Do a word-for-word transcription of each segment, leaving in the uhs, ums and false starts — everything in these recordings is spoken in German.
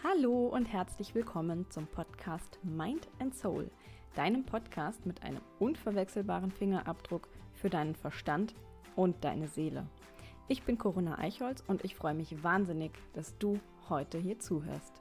Hallo und herzlich willkommen zum Podcast Mind and Soul, deinem Podcast mit einem unverwechselbaren Fingerabdruck für deinen Verstand und deine Seele. Ich bin Corinna Eichholz und ich freue mich wahnsinnig, dass du heute hier zuhörst.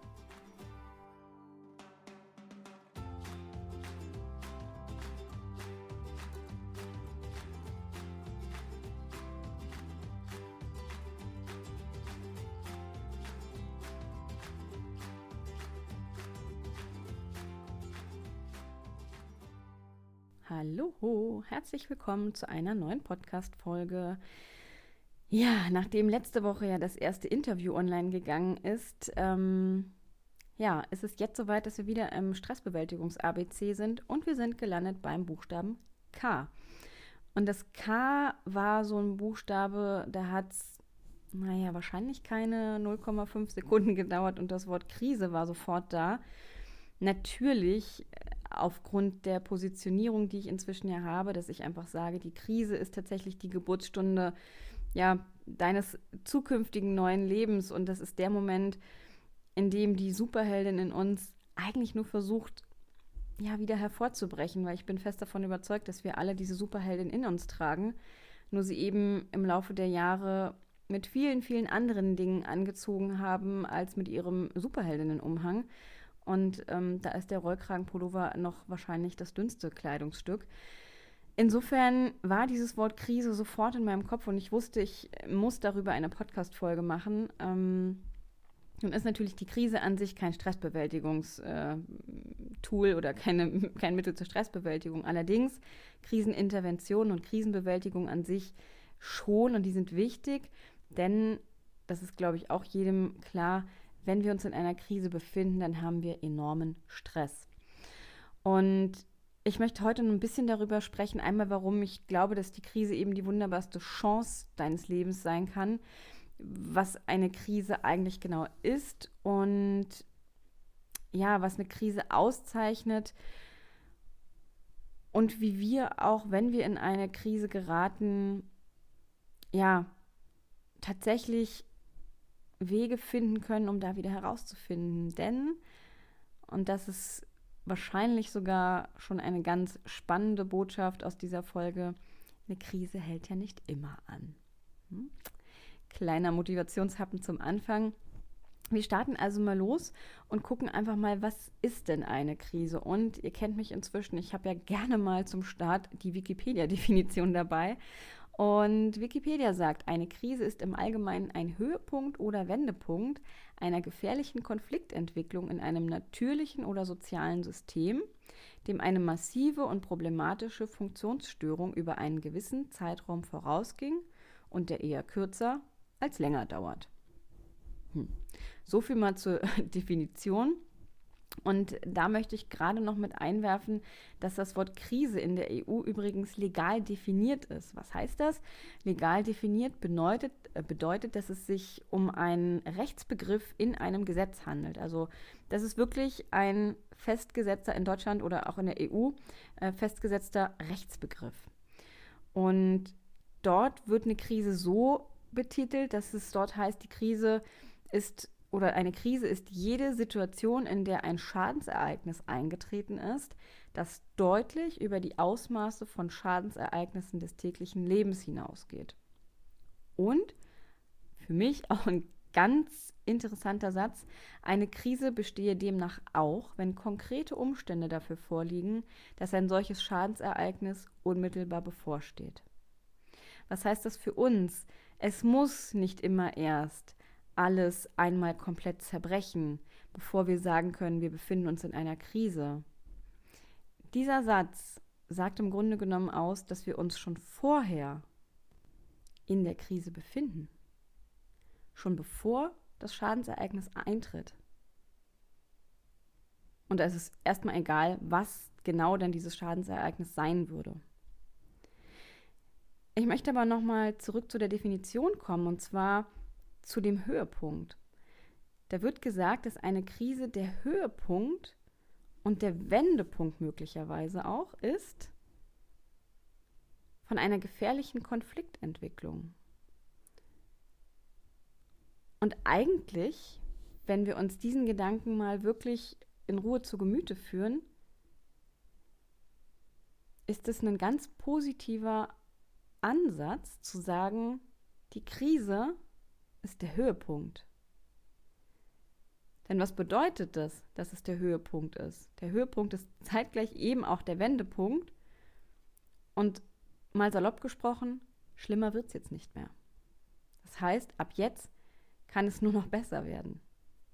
Hallo, herzlich willkommen zu einer neuen Podcast-Folge. Ja, nachdem letzte Woche ja das erste Interview online gegangen ist, ähm, ja, ist es jetzt soweit, dass wir wieder im Stressbewältigungs-A B C sind und wir sind gelandet beim Buchstaben K. Und das K war so ein Buchstabe, da hat es, naja, wahrscheinlich keine null Komma fünf Sekunden gedauert und das Wort Krise war sofort da. Natürlich aufgrund der Positionierung, die ich inzwischen ja habe, dass ich einfach sage, die Krise ist tatsächlich die Geburtsstunde ja, deines zukünftigen neuen Lebens und das ist der Moment, in dem die Superheldin in uns eigentlich nur versucht, ja, wieder hervorzubrechen, weil ich bin fest davon überzeugt, dass wir alle diese Superheldin in uns tragen, nur sie eben im Laufe der Jahre mit vielen, vielen anderen Dingen angezogen haben, als mit ihrem Superheldinnenumhang. Und ähm, da ist der Rollkragenpullover noch wahrscheinlich das dünnste Kleidungsstück. Insofern war dieses Wort Krise sofort in meinem Kopf und ich wusste, ich muss darüber eine Podcast-Folge machen. Ähm, nun ist natürlich die Krise an sich kein Stressbewältigungstool oder keine, kein Mittel zur Stressbewältigung. Allerdings Krisenintervention und Krisenbewältigung an sich schon und die sind wichtig, denn das ist, glaube ich, auch jedem klar, wenn wir uns in einer Krise befinden, dann haben wir enormen Stress. Und ich möchte heute noch ein bisschen darüber sprechen, einmal warum ich glaube, dass die Krise eben die wunderbarste Chance deines Lebens sein kann, was eine Krise eigentlich genau ist und ja, was eine Krise auszeichnet und wie wir auch, wenn wir in eine Krise geraten, ja, tatsächlich Wege finden können, um da wieder herauszufinden. Denn, und das ist wahrscheinlich sogar schon eine ganz spannende Botschaft aus dieser Folge, eine Krise hält ja nicht immer an. Hm? Kleiner Motivationshappen zum Anfang. Wir starten also mal los und gucken einfach mal, was ist denn eine Krise? Und ihr kennt mich inzwischen, ich habe ja gerne mal zum Start die Wikipedia-Definition dabei. Und Wikipedia sagt, eine Krise ist im Allgemeinen ein Höhepunkt oder Wendepunkt einer gefährlichen Konfliktentwicklung in einem natürlichen oder sozialen System, dem eine massive und problematische Funktionsstörung über einen gewissen Zeitraum vorausging und der eher kürzer als länger dauert. Hm. So viel mal zur Definition. Und da möchte ich gerade noch mit einwerfen, dass das Wort Krise in der E U übrigens legal definiert ist. Was heißt das? Legal definiert bedeutet, äh, bedeutet, dass es sich um einen Rechtsbegriff in einem Gesetz handelt. Also das ist wirklich ein festgesetzter, in Deutschland oder auch in der E U, äh, festgesetzter Rechtsbegriff. Und dort wird eine Krise so betitelt, dass es dort heißt, die Krise ist oder eine Krise ist jede Situation, in der ein Schadensereignis eingetreten ist, das deutlich über die Ausmaße von Schadensereignissen des täglichen Lebens hinausgeht. Und für mich auch ein ganz interessanter Satz, eine Krise bestehe demnach auch, wenn konkrete Umstände dafür vorliegen, dass ein solches Schadensereignis unmittelbar bevorsteht. Was heißt das für uns? Es muss nicht immer erst alles einmal komplett zerbrechen, bevor wir sagen können, wir befinden uns in einer Krise. Dieser Satz sagt im Grunde genommen aus, dass wir uns schon vorher in der Krise befinden. Schon bevor das Schadensereignis eintritt. Und da ist es erstmal egal, was genau denn dieses Schadensereignis sein würde. Ich möchte aber nochmal zurück zu der Definition kommen, und zwar zu dem Höhepunkt. Da wird gesagt, dass eine Krise der Höhepunkt und der Wendepunkt möglicherweise auch ist von einer gefährlichen Konfliktentwicklung. Und eigentlich wenn wir uns diesen Gedanken mal wirklich in Ruhe zu Gemüte führen, ist es ein ganz positiver Ansatz zu sagen, die Krise ist der Höhepunkt. Denn was bedeutet das, dass es der Höhepunkt ist? Der Höhepunkt ist zeitgleich eben auch der Wendepunkt. Und mal salopp gesprochen, schlimmer wird es jetzt nicht mehr. Das heißt, ab jetzt kann es nur noch besser werden.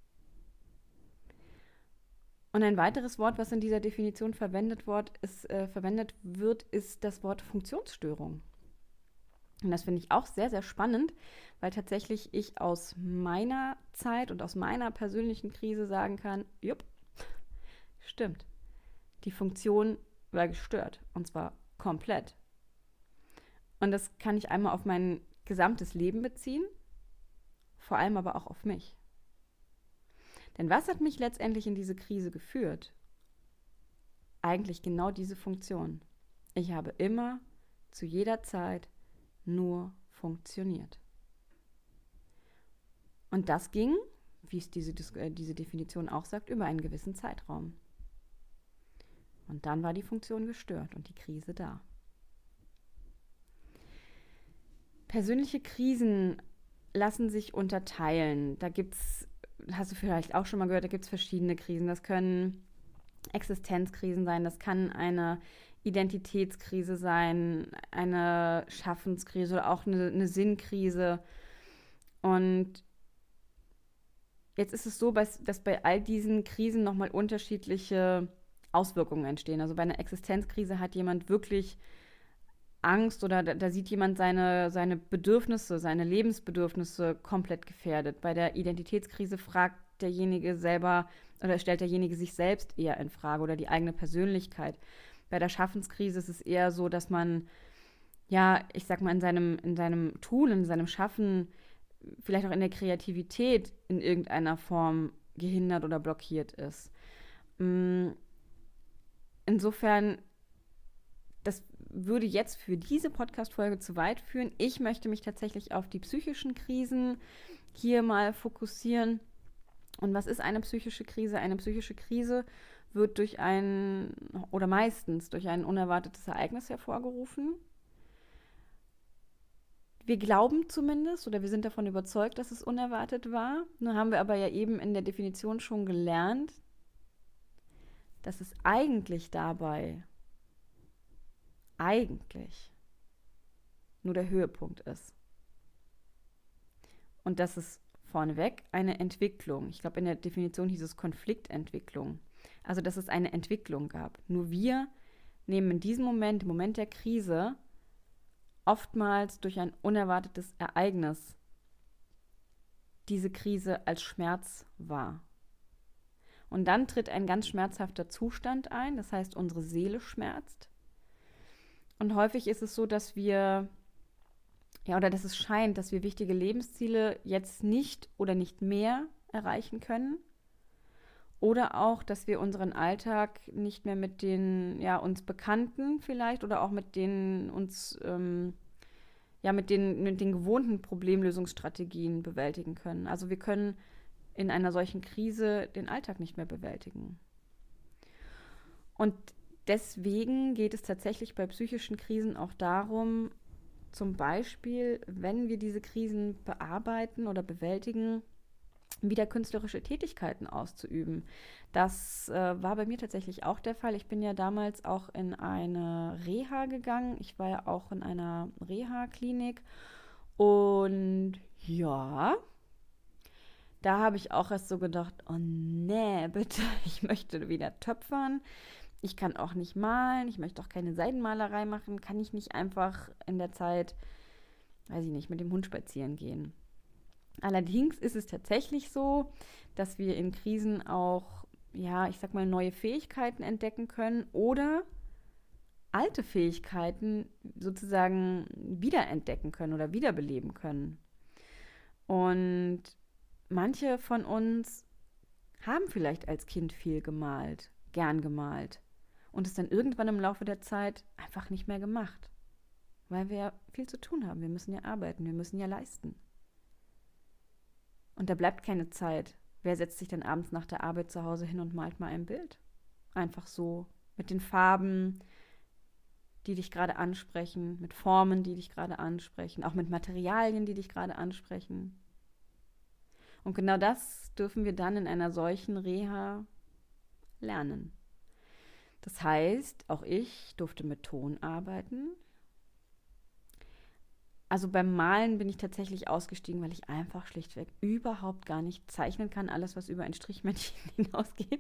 Und ein weiteres Wort, was in dieser Definition verwendet wird, ist, äh, verwendet wird, ist das Wort Funktionsstörung. Und das finde ich auch sehr, sehr spannend, weil tatsächlich ich aus meiner Zeit und aus meiner persönlichen Krise sagen kann, jupp, stimmt, die Funktion war gestört und zwar komplett. Und das kann ich einmal auf mein gesamtes Leben beziehen, vor allem aber auch auf mich. Denn was hat mich letztendlich in diese Krise geführt? Eigentlich genau diese Funktion. Ich habe immer, zu jeder Zeit nur funktioniert. Und das ging, wie es diese, diese Definition auch sagt, über einen gewissen Zeitraum. Und dann war die Funktion gestört und die Krise da. Persönliche Krisen lassen sich unterteilen. Da gibt es, hast du vielleicht auch schon mal gehört, da gibt es verschiedene Krisen. Das können Existenzkrisen sein, das kann eine Identitätskrise sein, eine Schaffenskrise oder auch eine, eine Sinnkrise. Und jetzt ist es so, dass bei all diesen Krisen nochmal unterschiedliche Auswirkungen entstehen. Also bei einer Existenzkrise hat jemand wirklich Angst oder da, da sieht jemand seine, seine Bedürfnisse, seine Lebensbedürfnisse komplett gefährdet. Bei der Identitätskrise fragt derjenige selber oder stellt derjenige sich selbst eher in Frage oder die eigene Persönlichkeit. Bei der Schaffenskrise ist es eher so, dass man, ja, ich sag mal, in seinem, in seinem Tun, in seinem Schaffen, vielleicht auch in der Kreativität in irgendeiner Form gehindert oder blockiert ist. Insofern, das würde jetzt für diese Podcast-Folge zu weit führen. Ich möchte mich tatsächlich auf die psychischen Krisen hier mal fokussieren. Und was ist eine psychische Krise? Eine psychische Krise wird durch ein, oder meistens durch ein unerwartetes Ereignis hervorgerufen. Wir glauben zumindest, oder wir sind davon überzeugt, dass es unerwartet war. Nun haben wir aber ja eben in der Definition schon gelernt, dass es eigentlich dabei eigentlich nur der Höhepunkt ist. Und dass es vorneweg eine Entwicklung, ich glaube in der Definition hieß es Konfliktentwicklung, also dass es eine Entwicklung gab. Nur wir nehmen in diesem Moment, im Moment der Krise, oftmals durch ein unerwartetes Ereignis diese Krise als Schmerz wahr. Und dann tritt ein ganz schmerzhafter Zustand ein, das heißt, unsere Seele schmerzt. Und häufig ist es so, dass wir, ja, oder dass es scheint, dass wir wichtige Lebensziele jetzt nicht oder nicht mehr erreichen können. Oder auch, dass wir unseren Alltag nicht mehr mit den, ja, uns Bekannten vielleicht oder auch mit den uns, ähm, ja, mit den, mit den gewohnten Problemlösungsstrategien bewältigen können. Also wir können in einer solchen Krise den Alltag nicht mehr bewältigen. Und deswegen geht es tatsächlich bei psychischen Krisen auch darum, zum Beispiel, wenn wir diese Krisen bearbeiten oder bewältigen, wieder künstlerische Tätigkeiten auszuüben. Das äh, war bei mir tatsächlich auch der Fall. Ich bin ja damals auch in eine Reha gegangen. Ich war ja auch in einer Reha-Klinik. Und ja, da habe ich auch erst so gedacht, oh nee, bitte, ich möchte wieder töpfern. Ich kann auch nicht malen, ich möchte auch keine Seidenmalerei machen. Kann ich nicht einfach in der Zeit, weiß ich nicht, mit dem Hund spazieren gehen? Allerdings ist es tatsächlich so, dass wir in Krisen auch, ja, ich sag mal, neue Fähigkeiten entdecken können oder alte Fähigkeiten sozusagen wiederentdecken können oder wiederbeleben können. Und manche von uns haben vielleicht als Kind viel gemalt, gern gemalt und es dann irgendwann im Laufe der Zeit einfach nicht mehr gemacht, weil wir ja viel zu tun haben. Wir müssen ja arbeiten, wir müssen ja leisten. Und da bleibt keine Zeit wer setzt sich denn abends nach der Arbeit zu Hause hin und malt mal ein Bild? Einfach so, mit den Farben, die dich gerade ansprechen, mit Formen, die dich gerade ansprechen, auch mit Materialien, die dich gerade ansprechen. Und genau das dürfen wir dann in einer solchen Reha lernen. Das heißt, auch ich durfte mit Ton arbeiten. Also beim Malen bin ich tatsächlich ausgestiegen, weil ich einfach schlichtweg überhaupt gar nicht zeichnen kann. Alles, was über ein Strichmännchen hinausgeht.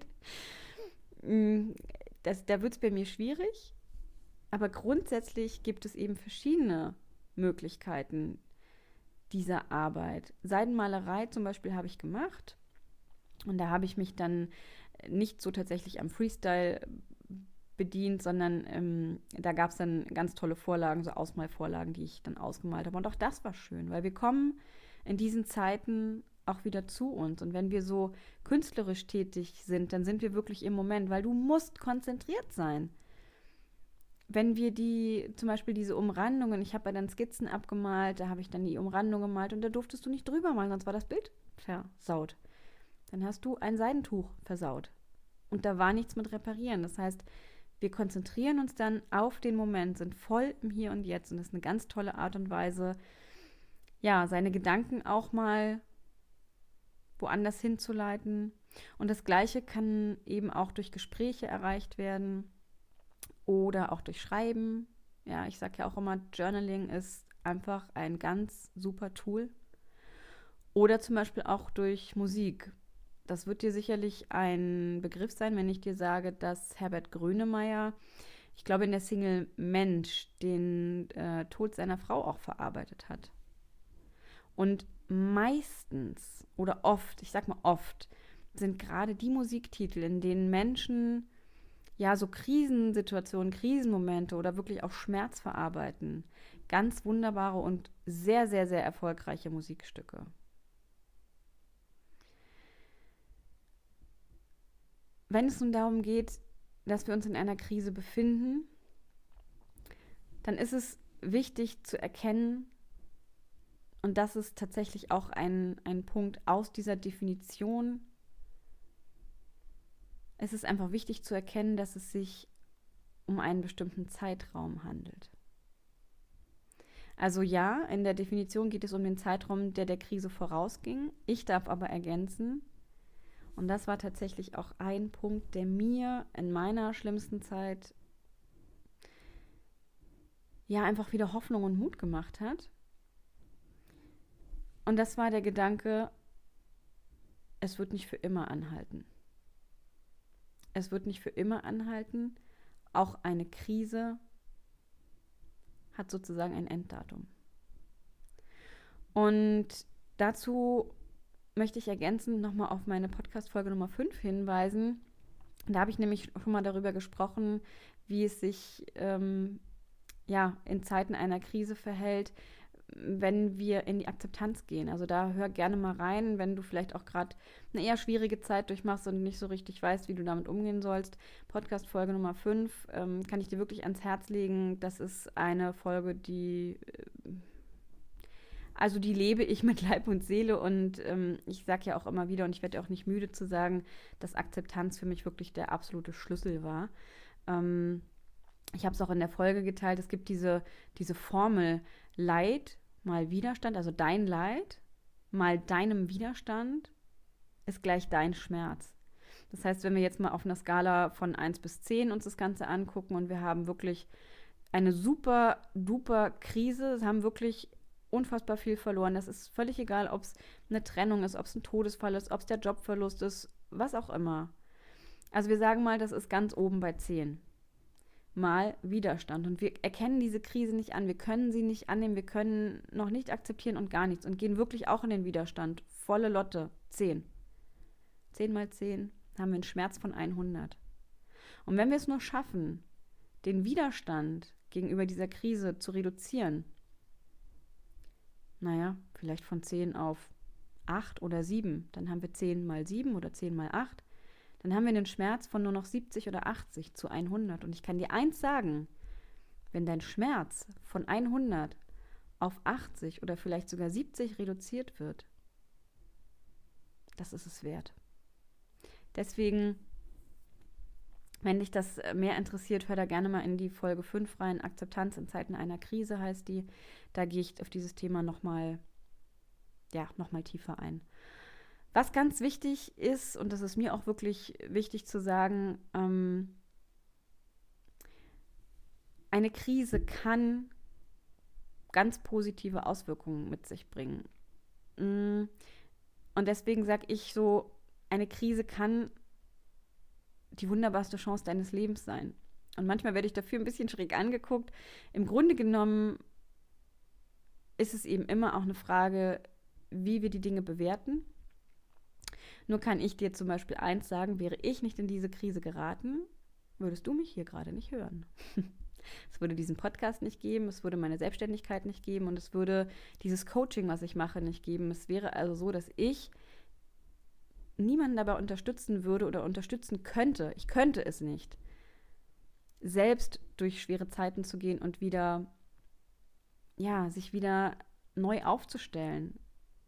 Das, da wird es bei mir schwierig. Aber grundsätzlich gibt es eben verschiedene Möglichkeiten dieser Arbeit. Seidenmalerei zum Beispiel habe ich gemacht. Und da habe ich mich dann nicht so tatsächlich am Freestyle bedient, sondern ähm, da gab es dann ganz tolle Vorlagen, so Ausmalvorlagen, die ich dann ausgemalt habe. Und auch das war schön, weil wir kommen in diesen Zeiten auch wieder zu uns. Und wenn wir so künstlerisch tätig sind, dann sind wir wirklich im Moment, weil du musst konzentriert sein. Wenn wir die, zum Beispiel diese Umrandungen, ich habe ja dann Skizzen abgemalt, da habe ich dann die Umrandung gemalt und da durftest du nicht drüber malen, sonst war das Bild versaut. Dann hast du ein Seidentuch versaut. Und da war nichts mit reparieren. Das heißt, wir konzentrieren uns dann auf den Moment, sind voll im Hier und Jetzt. Und das ist eine ganz tolle Art und Weise, ja, seine Gedanken auch mal woanders hinzuleiten. Und das Gleiche kann eben auch durch Gespräche erreicht werden oder auch durch Schreiben. Ja, ich sage ja auch immer, Journaling ist einfach ein ganz super Tool. Oder zum Beispiel auch durch Musik. Das wird dir sicherlich ein Begriff sein, wenn ich dir sage, dass Herbert Grönemeyer, ich glaube in der Single Mensch, den äh, Tod seiner Frau auch verarbeitet hat. Und meistens oder oft, ich sag mal oft, sind gerade die Musiktitel, in denen Menschen ja so Krisensituationen, Krisenmomente oder wirklich auch Schmerz verarbeiten, ganz wunderbare und sehr, sehr, sehr erfolgreiche Musikstücke. Wenn es nun darum geht, dass wir uns in einer Krise befinden, dann ist es wichtig zu erkennen, und das ist tatsächlich auch ein, ein Punkt aus dieser Definition, es ist einfach wichtig zu erkennen, dass es sich um einen bestimmten Zeitraum handelt. Also ja, in der Definition geht es um den Zeitraum, der der Krise vorausging. Ich darf aber ergänzen, und das war tatsächlich auch ein Punkt, der mir in meiner schlimmsten Zeit ja einfach wieder Hoffnung und Mut gemacht hat. Und das war der Gedanke, es wird nicht für immer anhalten. Es wird nicht für immer anhalten. Auch eine Krise hat sozusagen ein Enddatum. Und dazu möchte ich ergänzend nochmal auf meine Podcast-Folge Nummer fünf hinweisen. Da habe ich nämlich schon mal darüber gesprochen, wie es sich ähm, ja, in Zeiten einer Krise verhält, wenn wir in die Akzeptanz gehen. Also da hör gerne mal rein, wenn du vielleicht auch gerade eine eher schwierige Zeit durchmachst und nicht so richtig weißt, wie du damit umgehen sollst. Podcast-Folge Nummer fünf ähm, kann ich dir wirklich ans Herz legen. Das ist eine Folge, die... Äh, Also die lebe ich mit Leib und Seele und ähm, ich sage ja auch immer wieder und ich werde auch nicht müde zu sagen, dass Akzeptanz für mich wirklich der absolute Schlüssel war. Ähm, ich habe es auch in der Folge geteilt, es gibt diese, diese Formel Leid mal Widerstand, also dein Leid mal deinem Widerstand ist gleich dein Schmerz. Das heißt, wenn wir jetzt mal auf einer Skala von eins bis zehn uns das Ganze angucken und wir haben wirklich eine super duper Krise, es haben wirklich unfassbar viel verloren. Das ist völlig egal, ob es eine Trennung ist, ob es ein Todesfall ist, ob es der Jobverlust ist, was auch immer. Also wir sagen mal, das ist ganz oben bei zehn. Mal Widerstand. Und wir erkennen diese Krise nicht an. Wir können sie nicht annehmen. Wir können noch nicht akzeptieren und gar nichts. Und gehen wirklich auch in den Widerstand. Volle Lotte. zehn. zehn mal zehn haben wir einen Schmerz von hundert. Und wenn wir es nur schaffen, den Widerstand gegenüber dieser Krise zu reduzieren, naja, vielleicht von zehn auf acht oder sieben. Dann haben wir zehn mal sieben oder zehn mal acht. Dann haben wir einen Schmerz von nur noch siebzig oder achtzig zu hundert. Und ich kann dir eins sagen, wenn dein Schmerz von hundert auf achtzig oder vielleicht sogar siebzig reduziert wird, Das ist es wert. Deswegen, wenn dich das mehr interessiert, hör da gerne mal in die Folge fünf rein. Akzeptanz in Zeiten einer Krise heißt die. Da gehe ich auf dieses Thema nochmal, ja, noch mal tiefer ein. Was ganz wichtig ist, und das ist mir auch wirklich wichtig zu sagen, ähm, eine Krise kann ganz positive Auswirkungen mit sich bringen. Und deswegen sage ich so, eine Krise kann die wunderbarste Chance deines Lebens sein. Und manchmal werde ich dafür ein bisschen schräg angeguckt. Im Grunde genommen ist es eben immer auch eine Frage, wie wir die Dinge bewerten. Nur kann ich dir zum Beispiel eins sagen, wäre ich nicht in diese Krise geraten, würdest du mich hier gerade nicht hören. Es würde diesen Podcast nicht geben, es würde meine Selbstständigkeit nicht geben und es würde dieses Coaching, was ich mache, nicht geben. Es wäre also so, dass ich niemanden dabei unterstützen würde oder unterstützen könnte. Ich könnte es nicht, selbst durch schwere Zeiten zu gehen und wieder, ja, sich wieder neu aufzustellen.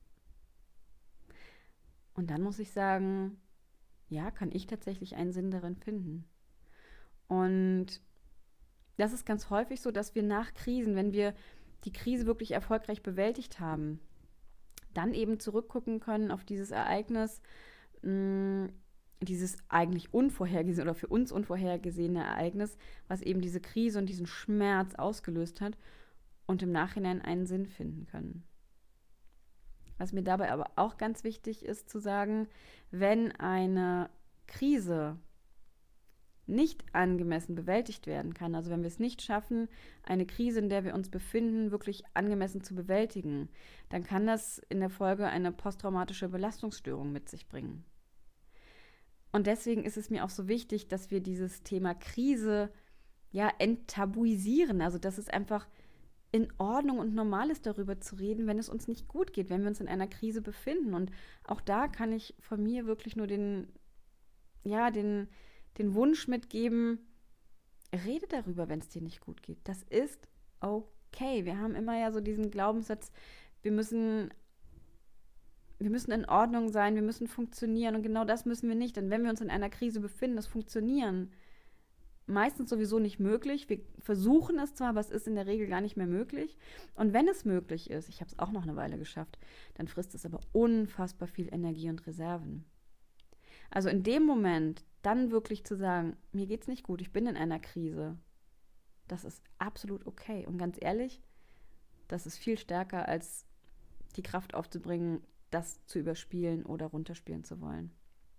Und dann muss ich sagen, ja, kann ich tatsächlich einen Sinn darin finden. Und das ist ganz häufig so, dass wir nach Krisen, wenn wir die Krise wirklich erfolgreich bewältigt haben, dann eben zurückgucken können auf dieses Ereignis, mh, dieses eigentlich unvorhergesehene oder für uns unvorhergesehene Ereignis, was eben diese Krise und diesen Schmerz ausgelöst hat und im Nachhinein einen Sinn finden können. Was mir dabei aber auch ganz wichtig ist zu sagen, wenn eine Krise nicht angemessen bewältigt werden kann, also wenn wir es nicht schaffen, eine Krise, in der wir uns befinden, wirklich angemessen zu bewältigen, dann kann das in der Folge eine posttraumatische Belastungsstörung mit sich bringen. Und deswegen ist es mir auch so wichtig, dass wir dieses Thema Krise ja enttabuisieren, also dass es einfach in Ordnung und normal ist, darüber zu reden, wenn es uns nicht gut geht, wenn wir uns in einer Krise befinden. Und auch da kann ich von mir wirklich nur den, ja, den, den Wunsch mitgeben, rede darüber, wenn es dir nicht gut geht. Das ist okay. Wir haben immer ja so diesen Glaubenssatz, wir müssen, wir müssen in Ordnung sein, wir müssen funktionieren. Und genau das müssen wir nicht. Denn wenn wir uns in einer Krise befinden, das Funktionieren meistens sowieso nicht möglich. Wir versuchen es zwar, aber es ist in der Regel gar nicht mehr möglich. Und wenn es möglich ist, ich habe es auch noch eine Weile geschafft, dann frisst es aber unfassbar viel Energie und Reserven. Also in dem Moment dann wirklich zu sagen, mir geht's nicht gut, ich bin in einer Krise, das ist absolut okay. Und ganz ehrlich, das ist viel stärker, als die Kraft aufzubringen, das zu überspielen oder runterspielen zu wollen.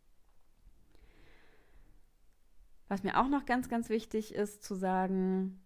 Was mir auch noch ganz, ganz wichtig ist, zu sagen,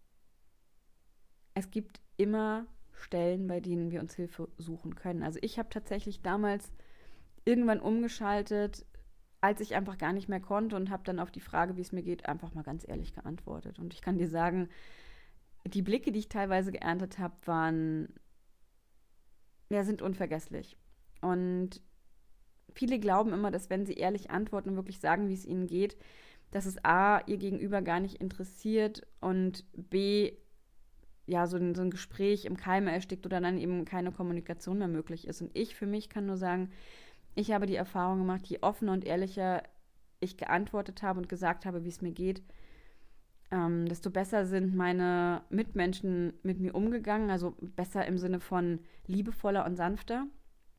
es gibt immer Stellen, bei denen wir uns Hilfe suchen können. Also ich habe tatsächlich damals irgendwann umgeschaltet, als ich einfach gar nicht mehr konnte und habe dann auf die Frage, wie es mir geht, einfach mal ganz ehrlich geantwortet. Und ich kann dir sagen, die Blicke, die ich teilweise geerntet habe, waren, ja, sind unvergesslich. Und viele glauben immer, dass wenn sie ehrlich antworten und wirklich sagen, wie es ihnen geht, dass es A, ihr Gegenüber gar nicht interessiert und B, ja, so ein, so ein Gespräch im Keime erstickt oder dann eben keine Kommunikation mehr möglich ist. Und ich für mich kann nur sagen, ich habe die Erfahrung gemacht, je offener und ehrlicher ich geantwortet habe und gesagt habe, wie es mir geht, ähm, desto besser sind meine Mitmenschen mit mir umgegangen, also besser im Sinne von liebevoller und sanfter.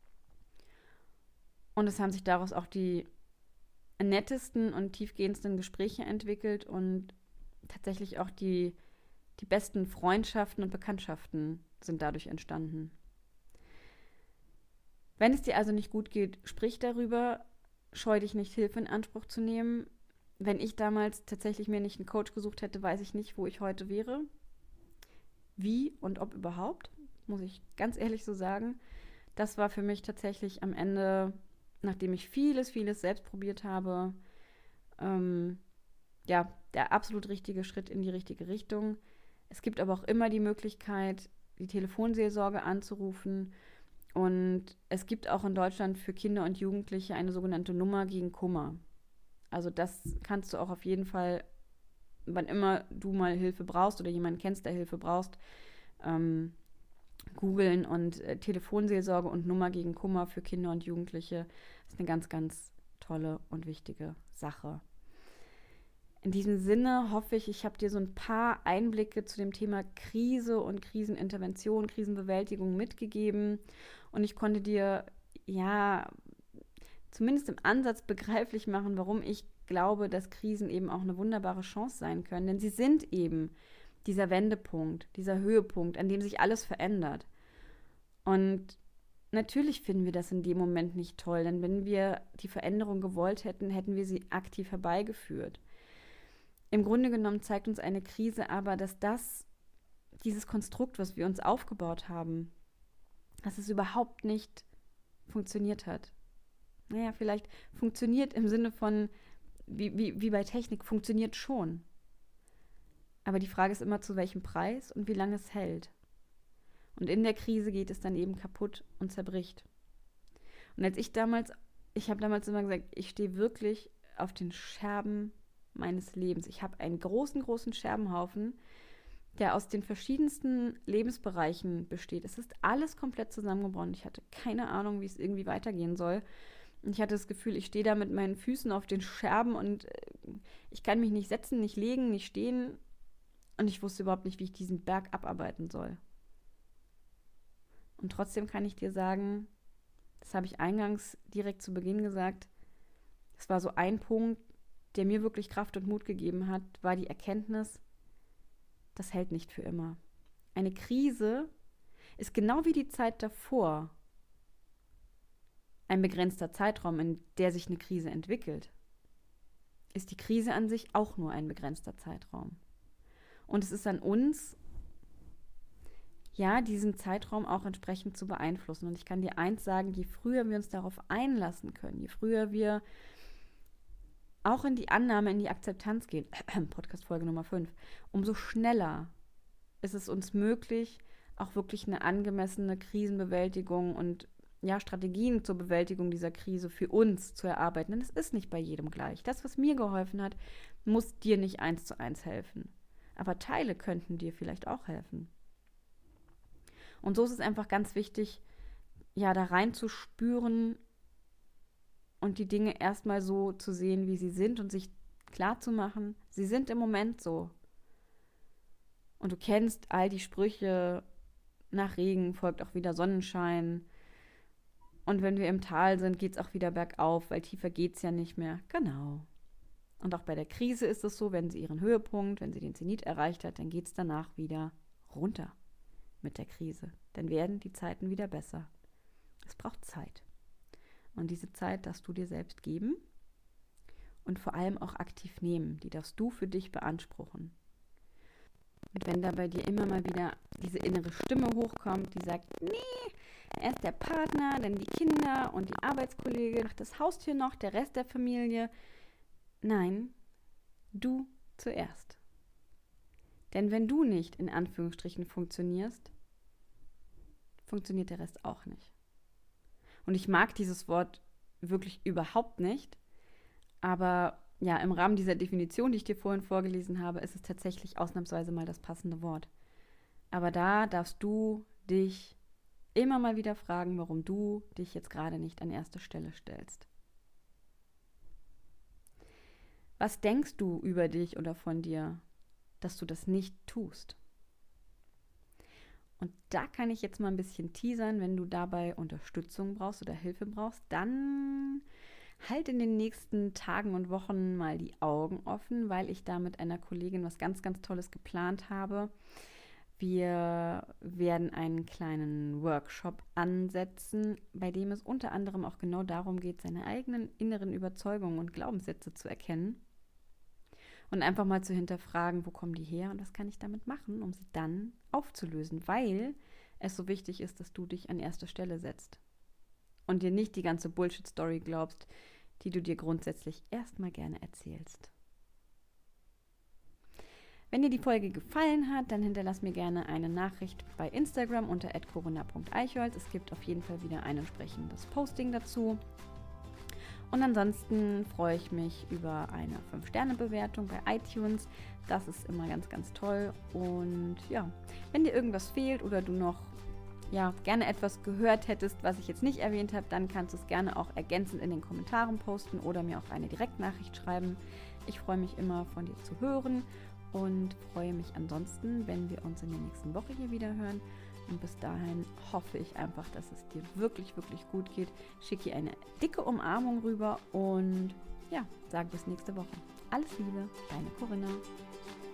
Und es haben sich daraus auch die nettesten und tiefgehendsten Gespräche entwickelt und tatsächlich auch die, die besten Freundschaften und Bekanntschaften sind dadurch entstanden. Wenn es dir also nicht gut geht, sprich darüber, scheu dich nicht, Hilfe in Anspruch zu nehmen. Wenn ich damals tatsächlich mir nicht einen Coach gesucht hätte, weiß ich nicht, wo ich heute wäre. Wie und ob überhaupt, muss ich ganz ehrlich so sagen. Das war für mich tatsächlich am Ende, nachdem ich vieles, vieles selbst probiert habe, ähm, ja, der absolut richtige Schritt in die richtige Richtung. Es gibt aber auch immer die Möglichkeit, die Telefonseelsorge anzurufen. Und es gibt auch in Deutschland für Kinder und Jugendliche eine sogenannte Nummer gegen Kummer. Also das kannst du auch auf jeden Fall, wann immer du mal Hilfe brauchst oder jemanden kennst, der Hilfe brauchst, ähm, googeln und äh, Telefonseelsorge und Nummer gegen Kummer für Kinder und Jugendliche ist eine ganz, ganz tolle und wichtige Sache. In diesem Sinne hoffe ich, ich habe dir so ein paar Einblicke zu dem Thema Krise und Krisenintervention, Krisenbewältigung mitgegeben und ich konnte dir ja zumindest im Ansatz begreiflich machen, warum ich glaube, dass Krisen eben auch eine wunderbare Chance sein können, denn sie sind eben dieser Wendepunkt, dieser Höhepunkt, an dem sich alles verändert. Und natürlich finden wir das in dem Moment nicht toll, denn wenn wir die Veränderung gewollt hätten, hätten wir sie aktiv herbeigeführt. Im Grunde genommen zeigt uns eine Krise aber, dass das, dieses Konstrukt, was wir uns aufgebaut haben, dass es überhaupt nicht funktioniert hat. Naja, vielleicht funktioniert im Sinne von, wie, wie, wie bei Technik, funktioniert schon. Aber die Frage ist immer, zu welchem Preis und wie lange es hält. Und in der Krise geht es dann eben kaputt und zerbricht. Und als ich damals, ich habe damals immer gesagt, ich stehe wirklich auf den Scherben meines Lebens. Ich habe einen großen, großen Scherbenhaufen, der aus den verschiedensten Lebensbereichen besteht. Es ist alles komplett zusammengebrochen. Ich hatte keine Ahnung, wie es irgendwie weitergehen soll. Und ich hatte das Gefühl, ich stehe da mit meinen Füßen auf den Scherben und ich kann mich nicht setzen, nicht legen, nicht stehen. Und ich wusste überhaupt nicht, wie ich diesen Berg abarbeiten soll. Und trotzdem kann ich dir sagen, das habe ich eingangs direkt zu Beginn gesagt, das war so ein Punkt, der mir wirklich Kraft und Mut gegeben hat, war die Erkenntnis, das hält nicht für immer. Eine Krise ist genau wie die Zeit davor ein begrenzter Zeitraum, in der sich eine Krise entwickelt. Ist die Krise an sich auch nur ein begrenzter Zeitraum. Und es ist an uns, ja, diesen Zeitraum auch entsprechend zu beeinflussen. Und ich kann dir eins sagen, je früher wir uns darauf einlassen können, je früher wir auch in die Annahme, in die Akzeptanz gehen, Podcast-Folge Nummer fünf, umso schneller ist es uns möglich, auch wirklich eine angemessene Krisenbewältigung und ja, Strategien zur Bewältigung dieser Krise für uns zu erarbeiten. Denn es ist nicht bei jedem gleich. Das, was mir geholfen hat, muss dir nicht eins zu eins helfen. Aber Teile könnten dir vielleicht auch helfen. Und so ist es einfach ganz wichtig, ja, da reinzuspüren und die Dinge erstmal so zu sehen, wie sie sind und sich klar zu machen, sie sind im Moment so. Und du kennst all die Sprüche, nach Regen folgt auch wieder Sonnenschein. Und wenn wir im Tal sind, geht es auch wieder bergauf, weil tiefer geht es ja nicht mehr. Genau. Und auch bei der Krise ist es so, wenn sie ihren Höhepunkt, wenn sie den Zenit erreicht hat, dann geht es danach wieder runter mit der Krise. Dann werden die Zeiten wieder besser. Es braucht Zeit. Und diese Zeit darfst du dir selbst geben und vor allem auch aktiv nehmen. Die darfst du für dich beanspruchen. Und wenn da bei dir immer mal wieder diese innere Stimme hochkommt, die sagt, nee, erst der Partner, dann die Kinder und die Arbeitskollege, ach, das Haustier noch, der Rest der Familie. Nein, du zuerst. Denn wenn du nicht in Anführungsstrichen funktionierst, funktioniert der Rest auch nicht. Und ich mag dieses Wort wirklich überhaupt nicht, aber ja, im Rahmen dieser Definition, die ich dir vorhin vorgelesen habe, ist es tatsächlich ausnahmsweise mal das passende Wort. Aber da darfst du dich immer mal wieder fragen, warum du dich jetzt gerade nicht an erste Stelle stellst. Was denkst du über dich oder von dir, dass du das nicht tust? Und da kann ich jetzt mal ein bisschen teasern, wenn du dabei Unterstützung brauchst oder Hilfe brauchst, dann halt in den nächsten Tagen und Wochen mal die Augen offen, weil ich da mit einer Kollegin was ganz, ganz Tolles geplant habe. Wir werden einen kleinen Workshop ansetzen, bei dem es unter anderem auch genau darum geht, seine eigenen inneren Überzeugungen und Glaubenssätze zu erkennen und einfach mal zu hinterfragen, wo kommen die her und was kann ich damit machen, um sie dann aufzulösen, weil es so wichtig ist, dass du dich an erste Stelle setzt und dir nicht die ganze Bullshit-Story glaubst, die du dir grundsätzlich erstmal gerne erzählst. Wenn dir die Folge gefallen hat, dann hinterlass mir gerne eine Nachricht bei Instagram unter at corinna punkt eichholz. Es gibt auf jeden Fall wieder ein entsprechendes Posting dazu. Und ansonsten freue ich mich über eine fünf Sterne Bewertung bei iTunes. Das ist immer ganz, ganz toll. Und ja, wenn dir irgendwas fehlt oder du noch ja, gerne etwas gehört hättest, was ich jetzt nicht erwähnt habe, dann kannst du es gerne auch ergänzend in den Kommentaren posten oder mir auch eine Direktnachricht schreiben. Ich freue mich immer, von dir zu hören und freue mich ansonsten, wenn wir uns in der nächsten Woche hier wieder hören. Und bis dahin hoffe ich einfach, dass es dir wirklich, wirklich gut geht. Schicke dir eine dicke Umarmung rüber und ja, sage bis nächste Woche. Alles Liebe, deine Corinna.